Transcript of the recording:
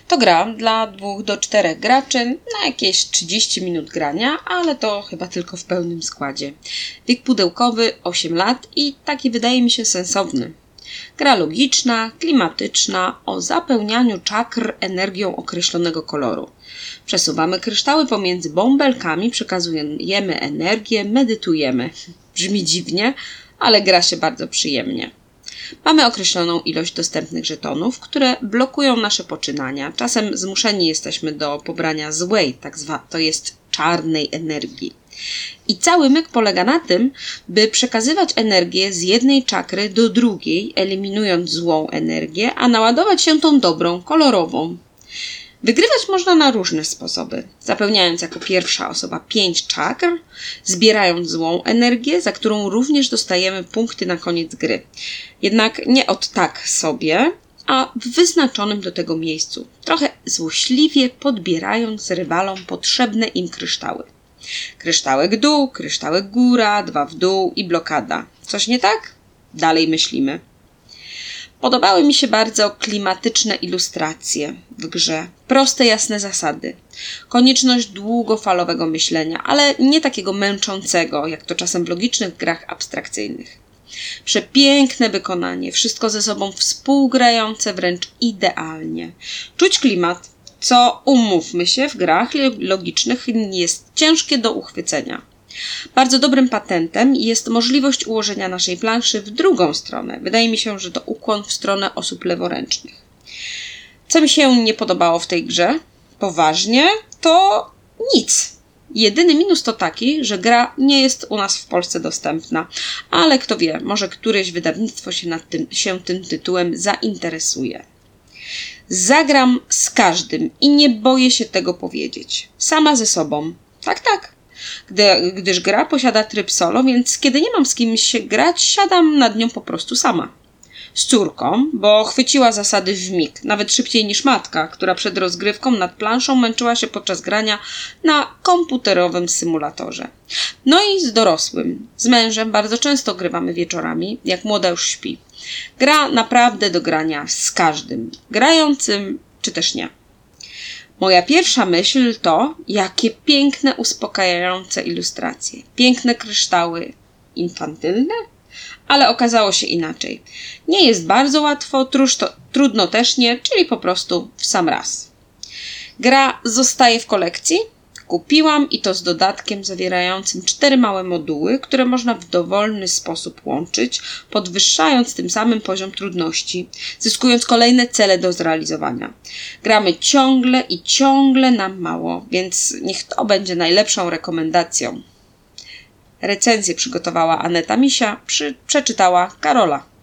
To gra dla 2 do 4 graczy na jakieś 30 minut grania, ale to chyba tylko w pełnym składzie. Wiek pudełkowy 8 lat i taki wydaje mi się sensowny. Gra logiczna, klimatyczna, o zapełnianiu czakr energią określonego koloru. Przesuwamy kryształy pomiędzy bąbelkami, przekazujemy energię, medytujemy. Brzmi dziwnie, ale gra się bardzo przyjemnie. Mamy określoną ilość dostępnych żetonów, które blokują nasze poczynania. Czasem zmuszeni jesteśmy do pobrania złej, to jest czarnej energii. I cały myk polega na tym, by przekazywać energię z jednej czakry do drugiej, eliminując złą energię, a naładować się tą dobrą, kolorową. Wygrywać można na różne sposoby, zapełniając jako pierwsza osoba 5 czakr, zbierając złą energię, za którą również dostajemy punkty na koniec gry. Jednak nie od tak sobie, a w wyznaczonym do tego miejscu, trochę złośliwie podbierając rywalom potrzebne im kryształy. Kryształek dół, kryształek góra, 2 w dół i blokada. Coś nie tak? Dalej myślimy. Podobały mi się bardzo klimatyczne ilustracje w grze. Proste, jasne zasady. Konieczność długofalowego myślenia, ale nie takiego męczącego, jak to czasem w logicznych grach abstrakcyjnych. Przepiękne wykonanie, wszystko ze sobą współgrające wręcz idealnie. Czuć klimat, co umówmy się, w grach logicznych jest ciężkie do uchwycenia. Bardzo dobrym patentem jest możliwość ułożenia naszej planszy w drugą stronę. Wydaje mi się, że to ukłon w stronę osób leworęcznych. Co mi się nie podobało w tej grze, poważnie, to nic. Jedyny minus to taki, że gra nie jest u nas w Polsce dostępna, ale kto wie, może któreś wydawnictwo się tym tytułem zainteresuje. Zagram z każdym i nie boję się tego powiedzieć. Sama ze sobą. Tak. Gdyż gra posiada tryb solo, więc kiedy nie mam z kimś grać, siadam nad nią po prostu sama. Z córką, bo chwyciła zasady w mig, nawet szybciej niż matka, która przed rozgrywką nad planszą męczyła się podczas grania na komputerowym symulatorze. No i z dorosłym. Z mężem bardzo często grywamy wieczorami, jak młoda już śpi. Gra naprawdę do grania z każdym, grającym czy też nie. Moja pierwsza myśl to, jakie piękne, uspokajające ilustracje. Piękne kryształy. Infantylne? Ale okazało się inaczej. Nie jest bardzo łatwo, trudno też nie, czyli po prostu w sam raz. Gra zostaje w kolekcji. Kupiłam i to z dodatkiem zawierającym 4 małe moduły, które można w dowolny sposób łączyć, podwyższając tym samym poziom trudności, zyskując kolejne cele do zrealizowania. Gramy ciągle i ciągle nam mało, więc niech to będzie najlepszą rekomendacją. Recenzję przygotowała Aneta Misia, przeczytała Karola.